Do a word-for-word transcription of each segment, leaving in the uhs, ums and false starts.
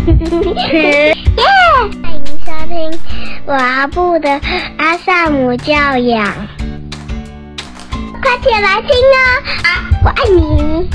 耶！欢迎收听我阿布的阿萨姆教养，快点来听哦！啊，我爱你。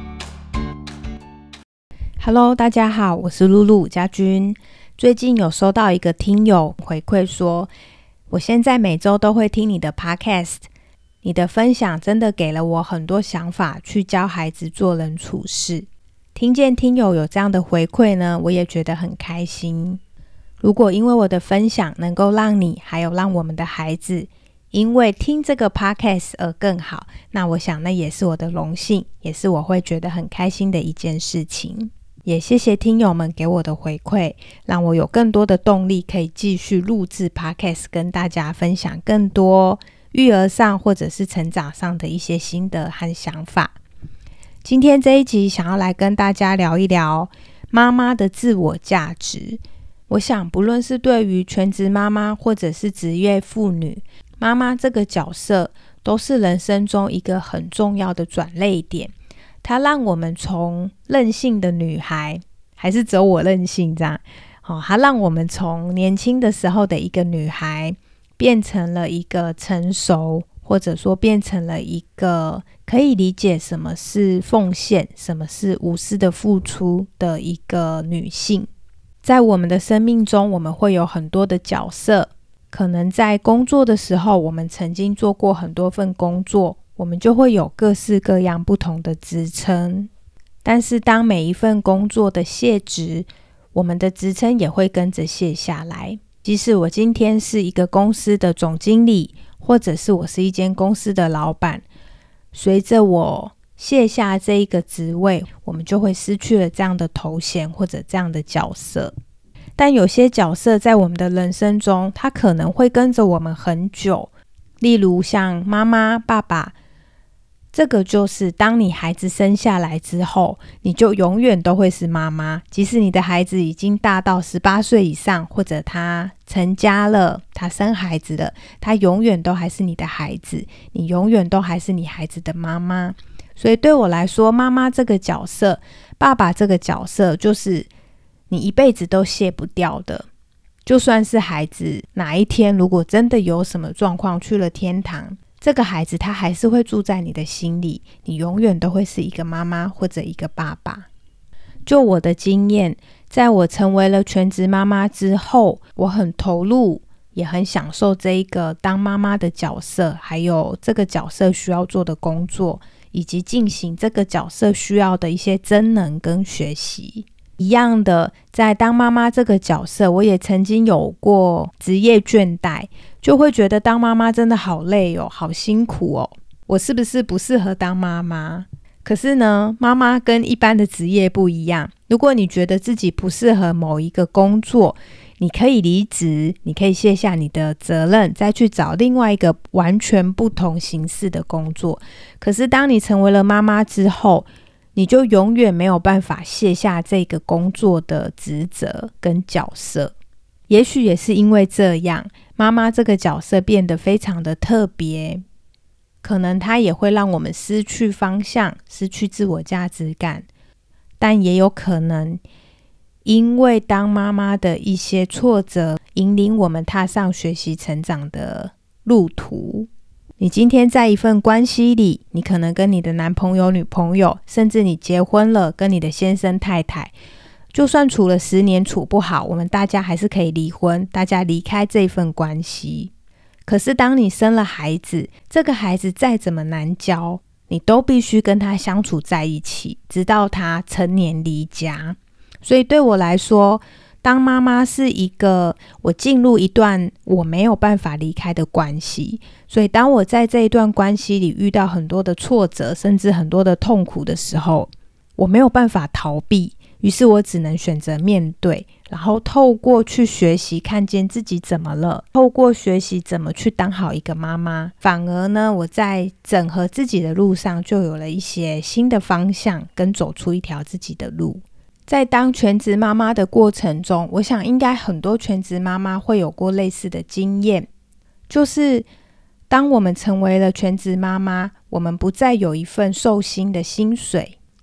Hello， 大家好，我是露露家君。最近有收到一个听友回馈说，我现在每周都会听你的 podcast， 你的分享真的给了我很多想法去教孩子做人处事。听见听友有这样的回馈呢，我也觉得很开心。如果因为我的分享能够让你还有让我们的孩子因为听这个 podcast 而更好，那我想那也是我的荣幸，也是我会觉得很开心的一件事情。也谢谢听友们给我的回馈，让我有更多的动力可以继续录制 podcast， 跟大家分享更多育儿上或者是成长上的一些心得和想法。今天这一集想要来跟大家聊一聊妈妈的自我价值。我想不论是对于全职妈妈或者是职业妇女，妈妈这个角色都是人生中一个很重要的转捩点。它让我们从任性的女孩，还是只有我任性这样、哦、它让我们从年轻的时候的一个女孩变成了一个成熟，或者说变成了一个可以理解什么是奉献，什么是无私的付出的一个女性。在我们的生命中，我们会有很多的角色，可能在工作的时候，我们曾经做过很多份工作，我们就会有各式各样不同的职称。但是当每一份工作的卸职，我们的职称也会跟着卸下来。即使我今天是一个公司的总经理，或者是我是一间公司的老板，随着我卸下这一个职位，我们就会失去了这样的头衔或者这样的角色。但有些角色在我们的人生中，它可能会跟着我们很久，例如像妈妈、爸爸，这个就是当你孩子生下来之后，你就永远都会是妈妈，即使你的孩子已经大到十八岁以上，或者他成家了，他生孩子了，他永远都还是你的孩子，你永远都还是你孩子的妈妈。所以对我来说，妈妈这个角色，爸爸这个角色，就是你一辈子都卸不掉的。就算是孩子哪一天如果真的有什么状况去了天堂，这个孩子他还是会住在你的心里，你永远都会是一个妈妈或者一个爸爸。就我的经验，在我成为了全职妈妈之后，我很投入，也很享受这一个当妈妈的角色，还有这个角色需要做的工作，以及进行这个角色需要的一些真能跟学习。一样的，在当妈妈这个角色，我也曾经有过职业倦怠，就会觉得当妈妈真的好累哦，好辛苦哦，我是不是不适合当妈妈？可是呢，妈妈跟一般的职业不一样，如果你觉得自己不适合某一个工作，你可以离职，你可以卸下你的责任，再去找另外一个完全不同形式的工作。可是当你成为了妈妈之后，你就永远没有办法卸下这个工作的职责跟角色。也许也是因为这样，妈妈这个角色变得非常的特别，可能它也会让我们失去方向，失去自我价值感，但也有可能因为当妈妈的一些挫折，引领我们踏上学习成长的路途。你今天在一份关系里，你可能跟你的男朋友、女朋友，甚至你结婚了，跟你的先生、太太，就算处了十年处不好，我们大家还是可以离婚，大家离开这份关系。可是当你生了孩子，这个孩子再怎么难教，你都必须跟他相处在一起，直到他成年离家。所以对我来说，当妈妈是一个我进入一段我没有办法离开的关系，所以当我在这一段关系里遇到很多的挫折，甚至很多的痛苦的时候，我没有办法逃避，于是我只能选择面对，然后透过去学习看见自己怎么了，透过学习怎么去当好一个妈妈，反而呢，我在整合自己的路上就有了一些新的方向，跟走出一条自己的路。在当全职妈妈的过程中，我想应该很多全职妈妈会有过类似的经验，就是当我们成为了全职妈妈，我们不再有一份受薪的薪水，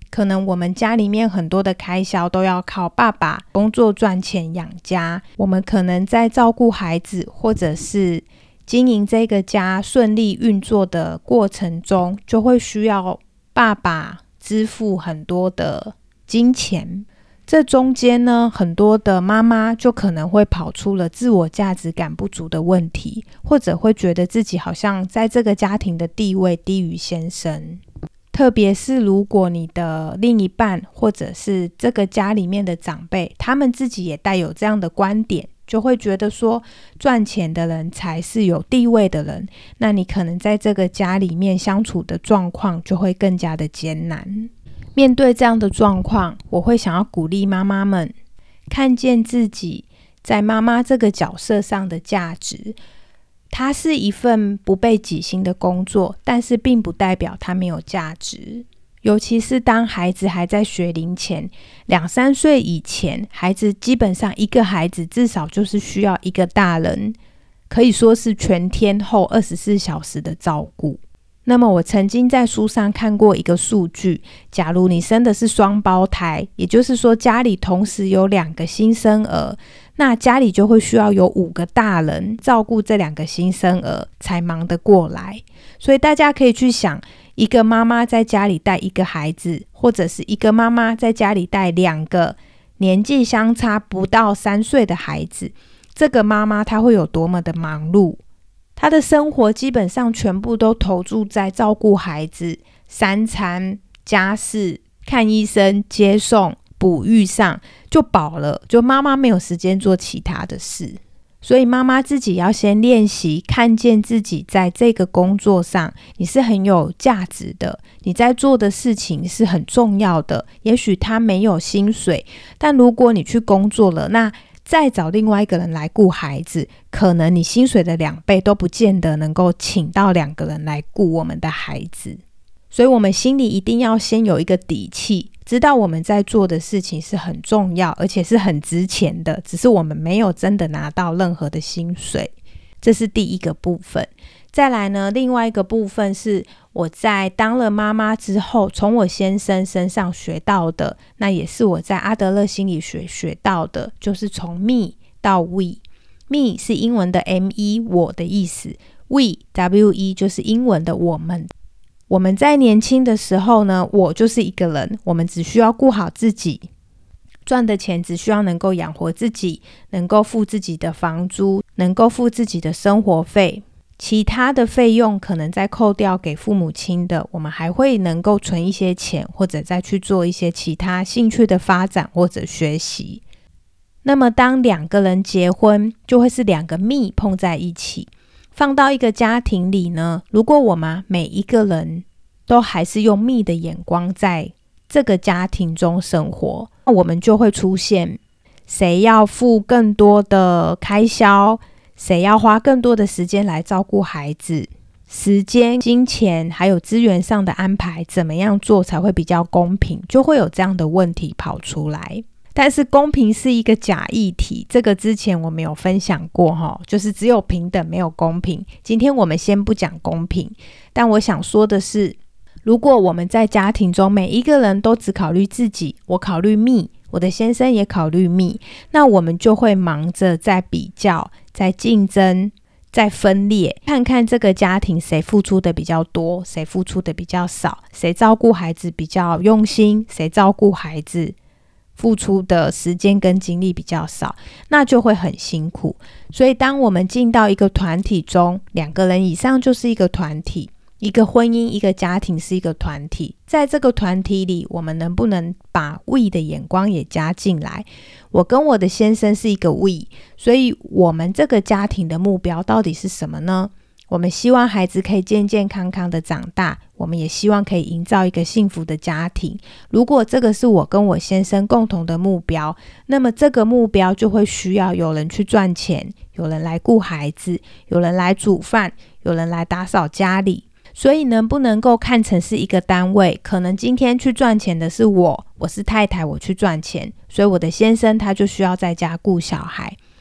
可能我们家里面很多的开销都要靠爸爸工作赚钱养家，我们可能在照顾孩子或者是经营这个家顺利运作的过程中，就会需要爸爸支付很多的金钱。这中间呢，很多的妈妈就可能会跑出了自我价值感不足的问题，或者会觉得自己好像在这个家庭的地位低于先生。特别是如果你的另一半或者是这个家里面的长辈，他们自己也带有这样的观点，就会觉得说赚钱的人才是有地位的人，那你可能在这个家里面相处的状况就会更加的艰难。面对这样的状况，我会想要鼓励妈妈们看见自己在妈妈这个角色上的价值。它是一份不被给薪的工作，但是并不代表它没有价值。尤其是当孩子还在学龄前，两三岁以前，孩子基本上一个孩子至少就是需要一个大人，可以说是全天候二十四小时的照顾。那么我曾经在书上看过一个数据，假如你生的是双胞胎，也就是说家里同时有两个新生儿，那家里就会需要有五个大人照顾这两个新生儿才忙得过来。所以大家可以去想，一个妈妈在家里带一个孩子，或者是一个妈妈在家里带两个年纪相差不到三岁的孩子，这个妈妈她会有多么的忙碌。她的生活基本上全部都投注在照顾孩子、三餐、家事、看医生、接送、哺育上就饱了，就妈妈没有时间做其他的事。所以妈妈自己要先练习看见自己在这个工作上你是很有价值的，你在做的事情是很重要的。也许他没有薪水，但如果你去工作了，那再找另外一个人来顾孩子，可能你薪水的两倍都不见得能够请到两个人来顾我们的孩子。所以我们心里一定要先有一个底气，知道我们在做的事情是很重要，而且是很值钱的，只是我们没有真的拿到任何的薪水。这是第一个部分。再来呢，另外一个部分是我在当了妈妈之后，从我先生身上学到的，那也是我在阿德勒心理学学到的，就是从 me 到 we。me 是英文的 me 我的意思， we we 就是英文的我们。我们在年轻的时候呢，我就是一个人，我们只需要顾好自己，赚的钱只需要能够养活自己，能够付自己的房租，能够付自己的生活费，其他的费用可能再扣掉给父母亲的，我们还会能够存一些钱，或者再去做一些其他兴趣的发展或者学习。那么当两个人结婚，就会是两个 me 碰在一起。放到一个家庭里呢，如果我们每一个人都还是用 me 的眼光在这个家庭中生活，那我们就会出现谁要付更多的开销，谁要花更多的时间来照顾孩子，时间、金钱还有资源上的安排怎么样做才会比较公平，就会有这样的问题跑出来。但是公平是一个假议题，这个之前我们有分享过，就是只有平等没有公平。今天我们先不讲公平，但我想说的是，如果我们在家庭中每一个人都只考虑自己，我考虑 me， 我的先生也考虑 me， 那我们就会忙着在比较，在竞争，在分裂，看看这个家庭谁付出的比较多，谁付出的比较少，谁照顾孩子比较用心，谁照顾孩子付出的时间跟精力比较少，那就会很辛苦。所以当我们进到一个团体中，两个人以上就是一个团体，一个婚姻一个家庭是一个团体，在这个团体里，我们能不能把 we 的眼光也加进来？我跟我的先生是一个 we， 所以我们这个家庭的目标到底是什么呢？我们希望孩子可以健健康康的长大，我们也希望可以营造一个幸福的家庭。如果这个是我跟我先生共同的目标，那么这个目标就会需要有人去赚钱，有人来顾孩子，有人来煮饭，有人来打扫家里。所以能不能够看成是一个单位，可能今天去赚钱的是我，我是太太，我去赚钱，所以我的先生他就需要在家顾小孩。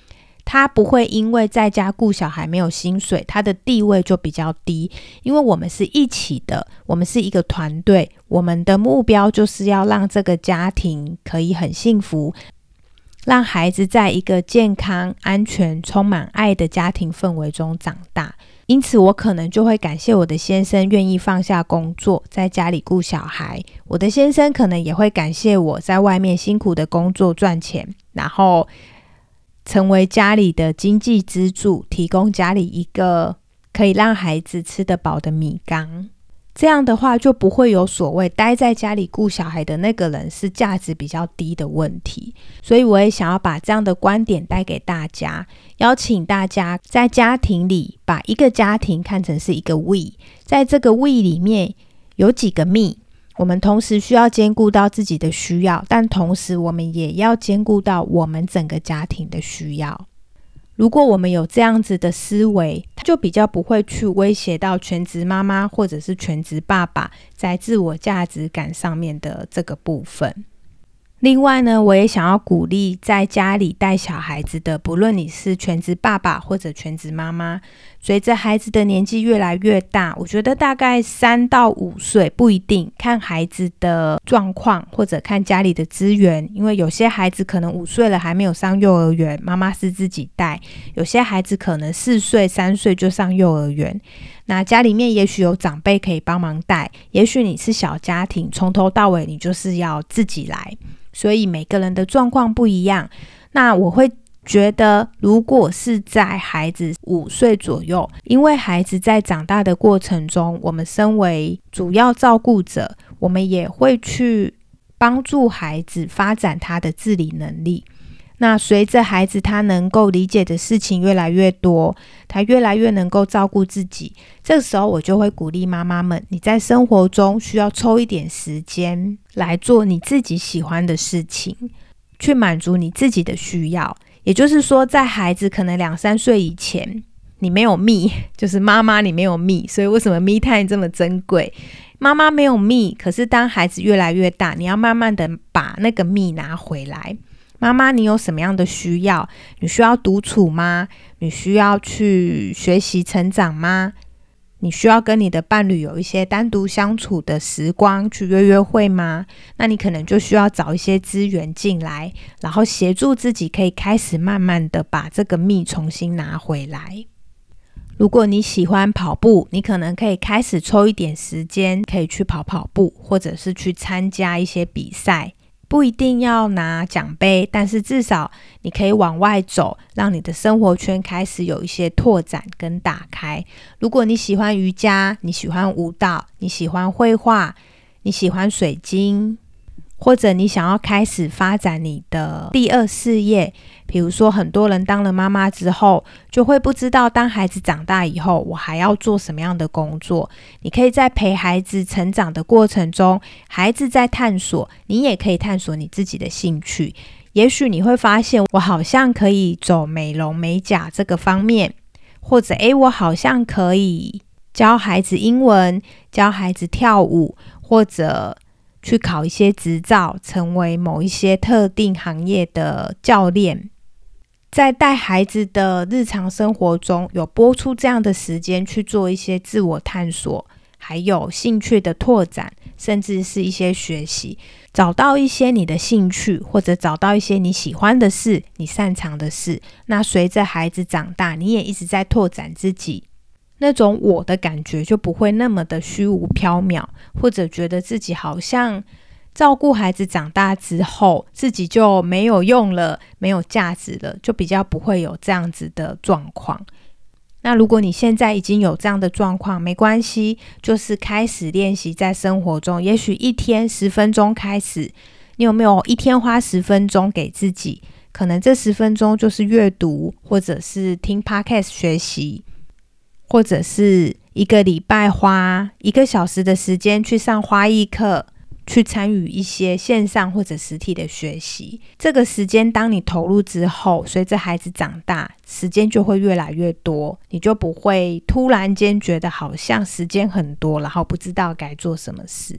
他不会因为在家顾小孩没有薪水，他的地位就比较低，因为我们是一起的，我们是一个团队，我们的目标就是要让这个家庭可以很幸福，让孩子在一个健康、安全、充满爱的家庭氛围中长大。因此我可能就会感谢我的先生愿意放下工作在家里顾小孩，我的先生可能也会感谢我在外面辛苦的工作赚钱，然后成为家里的经济支柱，提供家里一个可以让孩子吃得饱的米缸。这样的话就不会有所谓待在家里顾小孩的那个人是价值比较低的问题。所以我也想要把这样的观点带给大家，邀请大家在家庭里把一个家庭看成是一个 we， 在这个 we 里面有几个 me， 我们同时需要兼顾到自己的需要，但同时我们也要兼顾到我们整个家庭的需要。如果我们有这样子的思维，就比较不会去威胁到全职妈妈或者是全职爸爸在自我价值感上面的这个部分。另外呢，我也想要鼓励在家里带小孩子的，不论你是全职爸爸或者全职妈妈，随着孩子的年纪越来越大，我觉得大概三到五岁不一定，看孩子的状况或者看家里的资源，因为有些孩子可能五岁了还没有上幼儿园，妈妈是自己带，有些孩子可能四岁三岁就上幼儿园，那家里面也许有长辈可以帮忙带，也许你是小家庭，从头到尾你就是要自己来，所以每个人的状况不一样。那我会觉得如果是在孩子五岁左右，因为孩子在长大的过程中，我们身为主要照顾者，我们也会去帮助孩子发展他的自理能力。那随着孩子他能够理解的事情越来越多，他越来越能够照顾自己，这个时候我就会鼓励妈妈们，你在生活中需要抽一点时间来做你自己喜欢的事情，去满足你自己的需要。也就是说，在孩子可能两三岁以前，你没有 me， 就是妈妈你没有 me， 所以为什么 me time 这么珍贵？妈妈没有 me， 可是当孩子越来越大，你要慢慢的把那个 me 拿回来。妈妈你有什么样的需要？你需要独处吗？你需要去学习成长吗？你需要跟你的伴侣有一些单独相处的时光，去约约会吗？那你可能就需要找一些资源进来，然后协助自己可以开始慢慢的把这个蜜重新拿回来。如果你喜欢跑步，你可能可以开始抽一点时间可以去跑跑步，或者是去参加一些比赛，不一定要拿奖杯，但是至少你可以往外走，让你的生活圈开始有一些拓展跟打开。如果你喜欢瑜伽，你喜欢舞蹈，你喜欢绘画，你喜欢水晶，或者你想要开始发展你的第二事业，比如说很多人当了妈妈之后就会不知道当孩子长大以后我还要做什么样的工作。你可以在陪孩子成长的过程中，孩子在探索，你也可以探索你自己的兴趣。也许你会发现我好像可以走美容美甲这个方面，或者诶我好像可以教孩子英文，教孩子跳舞，或者去考一些执照，成为某一些特定行业的教练。在带孩子的日常生活中，有拨出这样的时间去做一些自我探索，还有兴趣的拓展，甚至是一些学习，找到一些你的兴趣，或者找到一些你喜欢的事，你擅长的事。那随着孩子长大，你也一直在拓展自己，那种我的感觉就不会那么的虚无缥缈，或者觉得自己好像照顾孩子长大之后自己就没有用了，没有价值了，就比较不会有这样子的状况。那如果你现在已经有这样的状况，没关系，就是开始练习在生活中，也许一天十分钟开始，你有没有一天花十分钟给自己？可能这十分钟就是阅读，或者是听 podcast 学习，或者是一个礼拜花一个小时的时间去上花艺课，去参与一些线上或者实体的学习。这个时间当你投入之后，随着孩子长大，时间就会越来越多，你就不会突然间觉得好像时间很多，然后不知道该做什么事。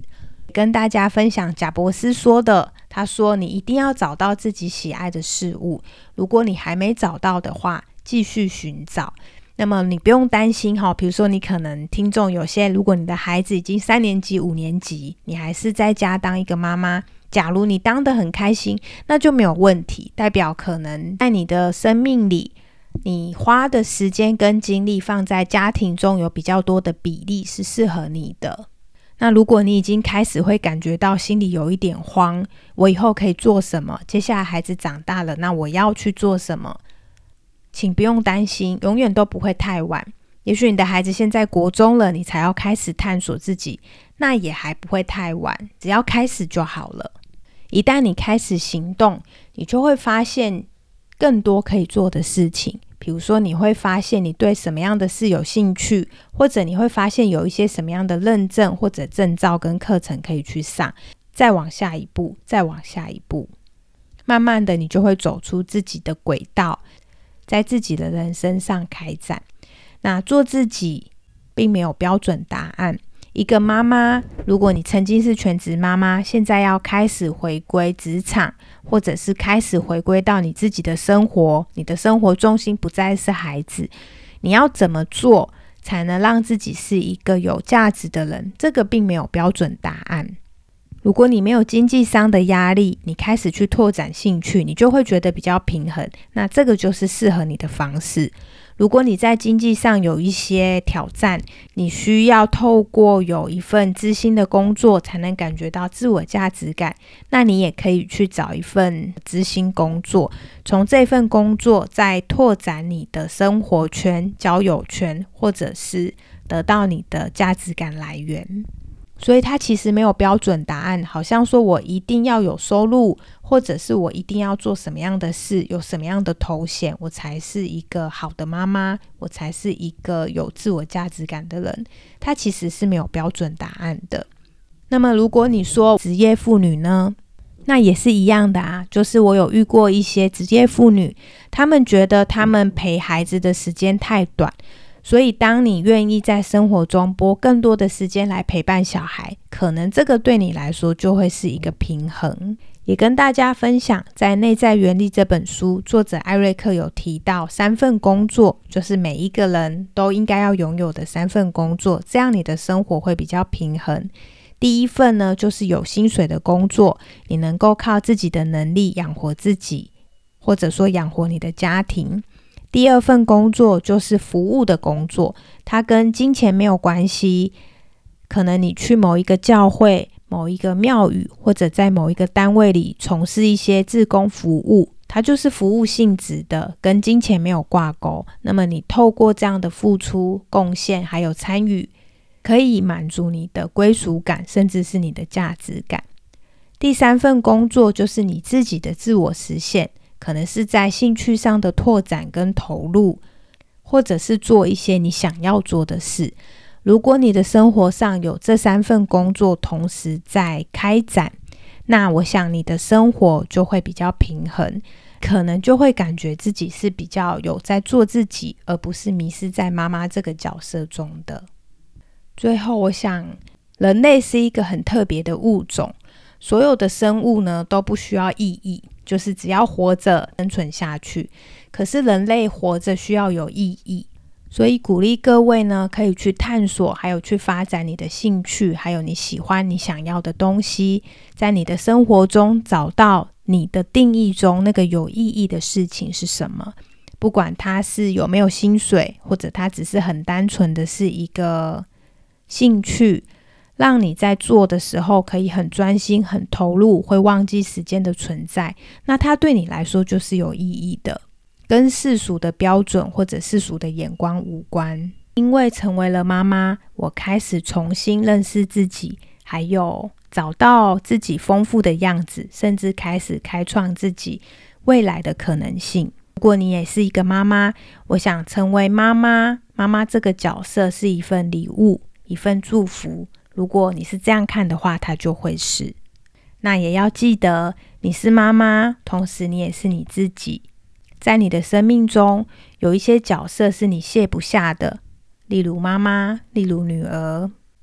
跟大家分享贾伯斯说的，他说你一定要找到自己喜爱的事物，如果你还没找到的话，继续寻找。那么你不用担心比如说你可能听众有些，如果你的孩子已经三年级五年级，你还是在家当一个妈妈，假如你当得很开心，那就没有问题，代表可能在你的生命里，你花的时间跟精力放在家庭中有比较多的比例是适合你的。那如果你已经开始会感觉到心里有一点慌，我以后可以做什么？接下来孩子长大了，那我要去做什么？请不用担心，永远都不会太晚。也许你的孩子现在国中了，你才要开始探索自己，那也还不会太晚，只要开始就好了。一旦你开始行动，你就会发现更多可以做的事情。比如说你会发现你对什么样的事有兴趣，或者你会发现有一些什么样的认证或者证照跟课程可以去上，再往下一步，再往下一步，慢慢的你就会走出自己的轨道，在自己的人生上开展。那做自己并没有标准答案，一个妈妈，如果你曾经是全职妈妈，现在要开始回归职场，或者是开始回归到你自己的生活，你的生活重心不再是孩子，你要怎么做才能让自己是一个有价值的人？这个并没有标准答案。如果你没有经济上的压力，你开始去拓展兴趣，你就会觉得比较平衡，那这个就是适合你的方式。如果你在经济上有一些挑战，你需要透过有一份知心的工作才能感觉到自我价值感，那你也可以去找一份知心工作，从这份工作再拓展你的生活圈、交友圈，或者是得到你的价值感来源。所以它其实没有标准答案，好像说我一定要有收入，或者是我一定要做什么样的事，有什么样的头衔，我才是一个好的妈妈，我才是一个有自我价值感的人。它其实是没有标准答案的。那么如果你说职业妇女呢，那也是一样的啊，就是我有遇过一些职业妇女，她们觉得她们陪孩子的时间太短，所以当你愿意在生活中拨更多的时间来陪伴小孩，可能这个对你来说就会是一个平衡。也跟大家分享，在内在原力这本书，作者艾瑞克有提到三份工作，就是每一个人都应该要拥有的三份工作，这样你的生活会比较平衡。第一份呢，就是有薪水的工作，你能够靠自己的能力养活自己，或者说养活你的家庭。第二份工作就是服务的工作，它跟金钱没有关系，可能你去某一个教会、某一个庙宇，或者在某一个单位里从事一些志工服务，它就是服务性质的，跟金钱没有挂钩。那么你透过这样的付出、贡献还有参与，可以满足你的归属感，甚至是你的价值感。第三份工作就是你自己的自我实现，可能是在兴趣上的拓展跟投入，或者是做一些你想要做的事。如果你的生活上有这三份工作同时在开展，那我想你的生活就会比较平衡，可能就会感觉自己是比较有在做自己，而不是迷失在妈妈这个角色中的。最后我想，人类是一个很特别的物种，所有的生物呢都不需要意义，就是只要活着生存下去。可是人类活着需要有意义，所以鼓励各位呢可以去探索，还有去发展你的兴趣，还有你喜欢你想要的东西，在你的生活中找到你的定义中那个有意义的事情是什么。不管它是有没有薪水，或者它只是很单纯的是一个兴趣，让你在做的时候可以很专心很投入，会忘记时间的存在，那它对你来说就是有意义的，跟世俗的标准或者世俗的眼光无关。因为成为了妈妈，我开始重新认识自己，还有找到自己丰富的样子，甚至开始开创自己未来的可能性。如果你也是一个妈妈，我想成为妈妈，妈妈这个角色是一份礼物，一份祝福。如果你是这样看的话，它就会是。那也要记得，你是妈妈，同时你也是你自己。在你的生命中，有一些角色是你卸不下的，例如妈妈，例如女儿。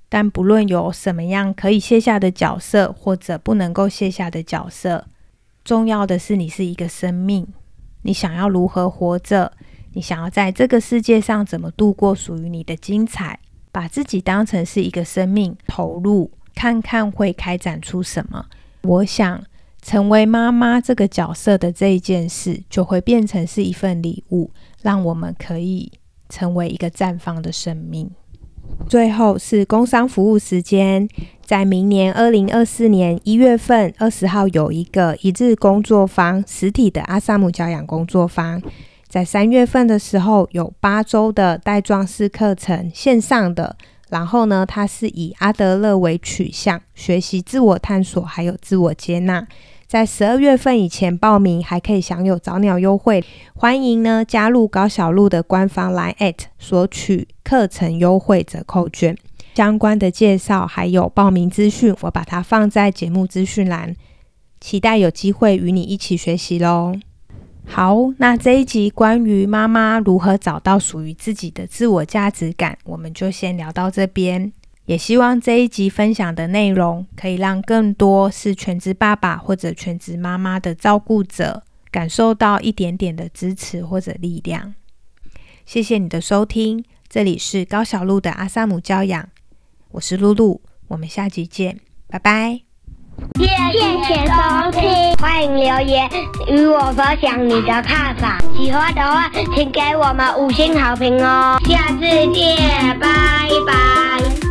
但不论有什么样可以卸下的角色，或者不能够卸下的角色，重要的是你是一个生命，你想要如何活着，你想要在这个世界上怎么度过属于你的精彩，把自己当成是一个生命投入，看看会开展出什么。我想成为妈妈这个角色的这一件事，就会变成是一份礼物，让我们可以成为一个绽放的生命。最后是工商服务时间，在明年二零二四年一月份二十号有一个一日工作坊，实体的阿萨姆教养工作坊。在三月份的时候有八周的带状式课程，线上的，然后呢它是以阿德勒为取向，学习自我探索还有自我接纳。在十二月份以前报名还可以享有早鸟优惠，欢迎呢加入高小路的官方 Line at 索取课程优惠折扣券。相关的介绍还有报名资讯，我把它放在节目资讯栏，期待有机会与你一起学习咯。好，那这一集关于妈妈如何找到属于自己的自我价值感，我们就先聊到这边。也希望这一集分享的内容可以让更多是全职爸爸或者全职妈妈的照顾者感受到一点点的支持或者力量。谢谢你的收听，这里是高小路的阿萨姆教养，我是露露，我们下集见，拜拜。 谢谢收听，欢迎留言与我分享你的看法。喜欢的话，请给我们五星好评哦。下次见，拜拜。